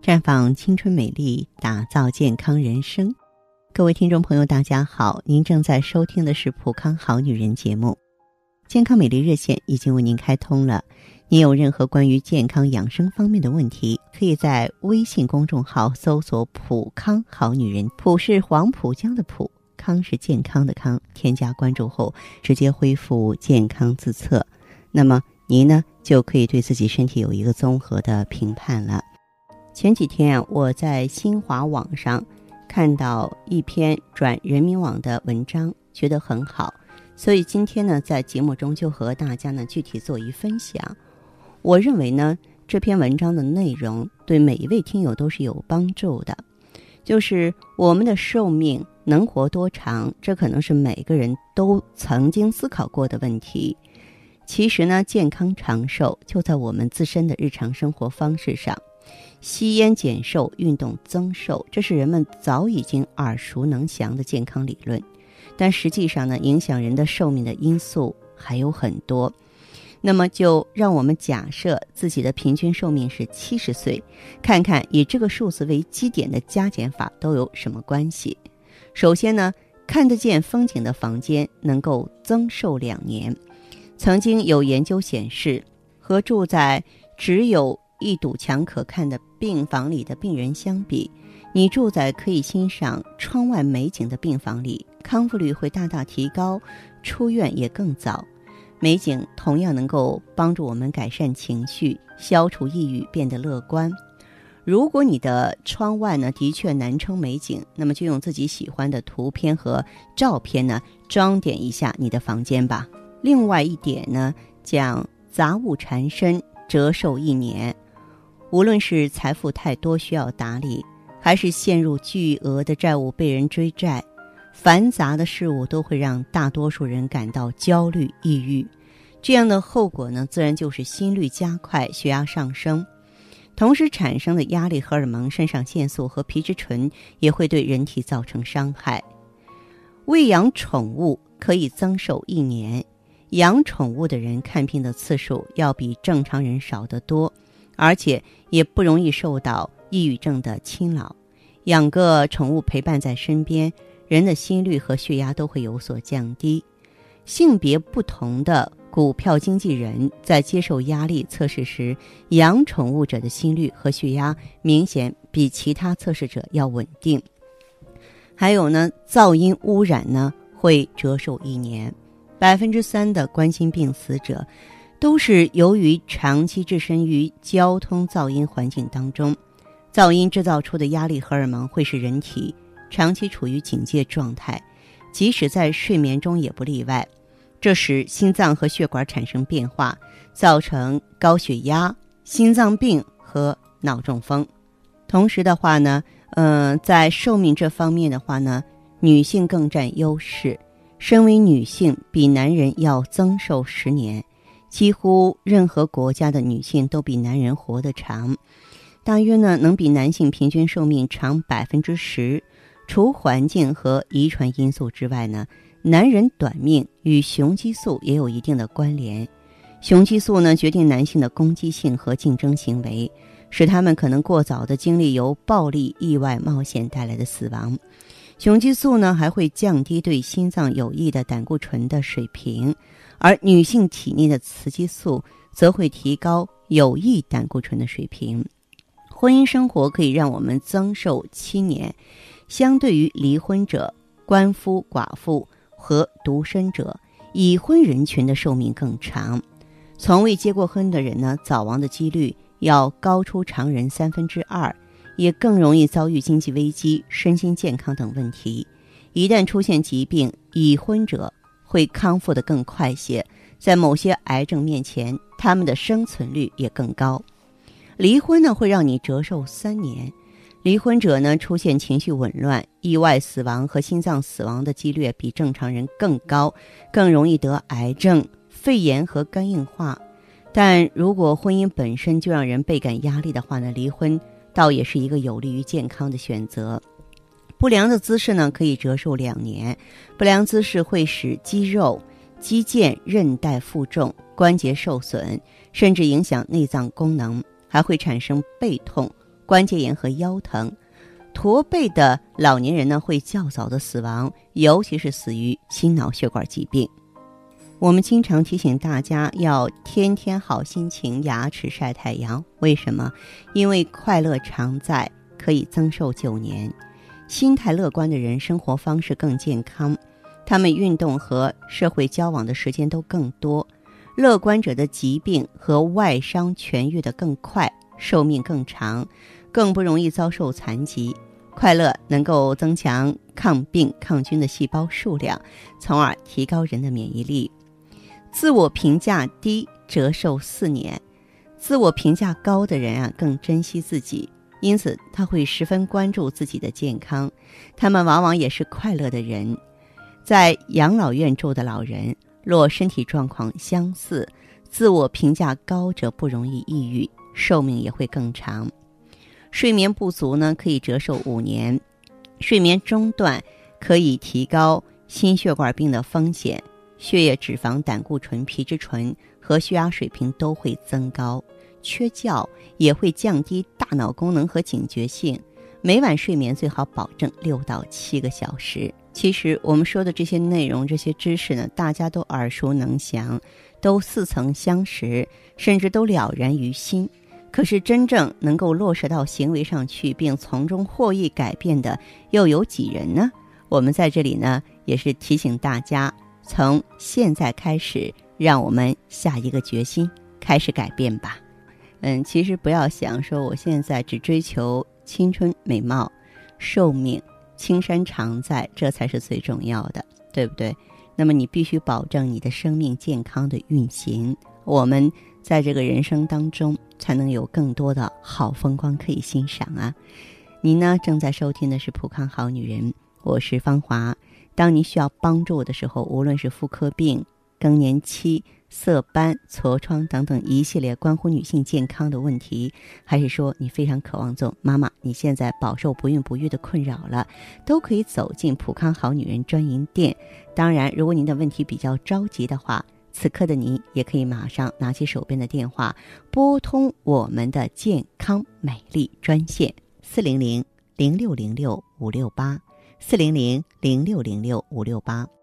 绽放青春美丽，打造健康人生。各位听众朋友大家好，您正在收听的是普康好女人节目。健康美丽热线已经为您开通了，您有任何关于健康养生方面的问题，可以在微信公众号搜索普康好女人，普是黄浦江的浦，康是健康的康，添加关注后直接恢复健康自测，那么您呢就可以对自己身体有一个综合的评判了。前几天我在新华网上看到一篇转人民网的文章，觉得很好，所以今天呢在节目中就和大家呢具体做一分享。我认为呢这篇文章的内容对每一位听友都是有帮助的，就是我们的寿命能活多长，这可能是每个人都曾经思考过的问题。其实呢健康长寿就在我们自身的日常生活方式上，吸烟减寿，运动增寿，这是人们早已经耳熟能详的健康理论。但实际上呢，影响人的寿命的因素还有很多。那么就让我们假设自己的平均寿命是70岁，看看以这个数字为基点的加减法都有什么关系。首先呢，看得见风景的房间能够增寿2年。曾经有研究显示，和住在只有一堵墙可看的病房里的病人相比，你住在可以欣赏窗外美景的病房里，康复率会大大提高，出院也更早。美景同样能够帮助我们改善情绪，消除抑郁，变得乐观。如果你的窗外呢的确难称美景，那么就用自己喜欢的图片和照片呢装点一下你的房间吧。另外一点呢，讲杂物缠身，折寿1年。无论是财富太多需要打理，还是陷入巨额的债务被人追债，繁杂的事物都会让大多数人感到焦虑抑郁。这样的后果呢，自然就是心率加快，血压上升。同时产生的压力荷尔蒙肾上腺素和皮质醇也会对人体造成伤害。喂养宠物可以增寿1年，养宠物的人看病的次数要比正常人少得多，而且也不容易受到抑郁症的侵扰。养个宠物陪伴在身边，人的心率和血压都会有所降低。性别不同的股票经纪人在接受压力测试时，养宠物者的心率和血压明显比其他测试者要稳定。还有呢，噪音污染呢会折寿1年。3%的冠心病死者都是由于长期置身于交通噪音环境当中，噪音制造出的压力荷尔蒙会使人体长期处于警戒状态，即使在睡眠中也不例外。这使心脏和血管产生变化，造成高血压、心脏病和脑中风。同时的话呢，在寿命这方面的话呢，女性更占优势。身为女性，比男人要增寿10年。几乎任何国家的女性都比男人活得长，大约呢能比男性平均寿命长10%。除环境和遗传因素之外呢，男人短命与雄激素也有一定的关联。雄激素呢决定男性的攻击性和竞争行为，使他们可能过早地经历由暴力、意外、冒险带来的死亡。雄激素呢还会降低对心脏有益的胆固醇的水平，而女性体内的雌激素则会提高有益胆固醇的水平。婚姻生活可以让我们增寿7年，相对于离婚者、鳏夫、寡妇和独身者，已婚人群的寿命更长。从未结过婚的人呢，早亡的几率要高出常人2/3，也更容易遭遇经济危机、身心健康等问题。一旦出现疾病，已婚者会康复得更快些，在某些癌症面前，他们的生存率也更高。离婚呢，会让你折寿3年。离婚者呢，出现情绪紊乱、意外死亡和心脏死亡的几率比正常人更高，更容易得癌症、肺炎和肝硬化。但如果婚姻本身就让人倍感压力的话呢，离婚倒也是一个有利于健康的选择。不良的姿势呢，可以折寿2年。不良姿势会使肌肉、肌腱、韧带负重，关节受损，甚至影响内脏功能，还会产生背痛、 关节炎和腰疼。驼背的老年人呢，会较早的死亡，尤其是死于心脑血管疾病。我们经常提醒大家要天天好心情，牙齿晒太阳。为什么？因为快乐常在，可以增寿9年。心态乐观的人，生活方式更健康，他们运动和社会交往的时间都更多。乐观者的疾病和外伤痊愈得更快，寿命更长，更不容易遭受残疾。快乐能够增强抗病抗菌的细胞数量，从而提高人的免疫力。自我评价低，折寿4年。自我评价高的人啊，更珍惜自己，因此他会十分关注自己的健康。他们往往也是快乐的人。在养老院住的老人，若身体状况相似，自我评价高者不容易抑郁，寿命也会更长。睡眠不足呢，可以折寿5年。睡眠中断可以提高心血管病的风险，血液脂肪、胆固醇、皮质醇和血压水平都会增高。缺觉也会降低大脑功能和警觉性。每晚睡眠最好保证6到7个小时。其实我们说的这些内容、这些知识呢，大家都耳熟能详，都似曾相识，甚至都了然于心。可是真正能够落实到行为上去，并从中获益改变的又有几人呢？我们在这里呢，也是提醒大家，从现在开始，让我们下一个决心，开始改变吧。其实不要想说我现在只追求青春美貌、寿命、青山常在，这才是最重要的，对不对？那么你必须保证你的生命健康的运行，我们在这个人生当中才能有更多的好风光可以欣赏啊。您呢，正在收听的是普康好女人，我是芳华。当你需要帮助的时候，无论是妇科病、更年期、色斑、痤疮等等一系列关乎女性健康的问题，还是说你非常渴望做妈妈，你现在饱受不孕不育的困扰了，都可以走进普康好女人专营店。当然，如果您的问题比较着急的话，此刻的您也可以马上拿起手边的电话，拨通我们的健康美丽专线400-0606-568，400-0606-568。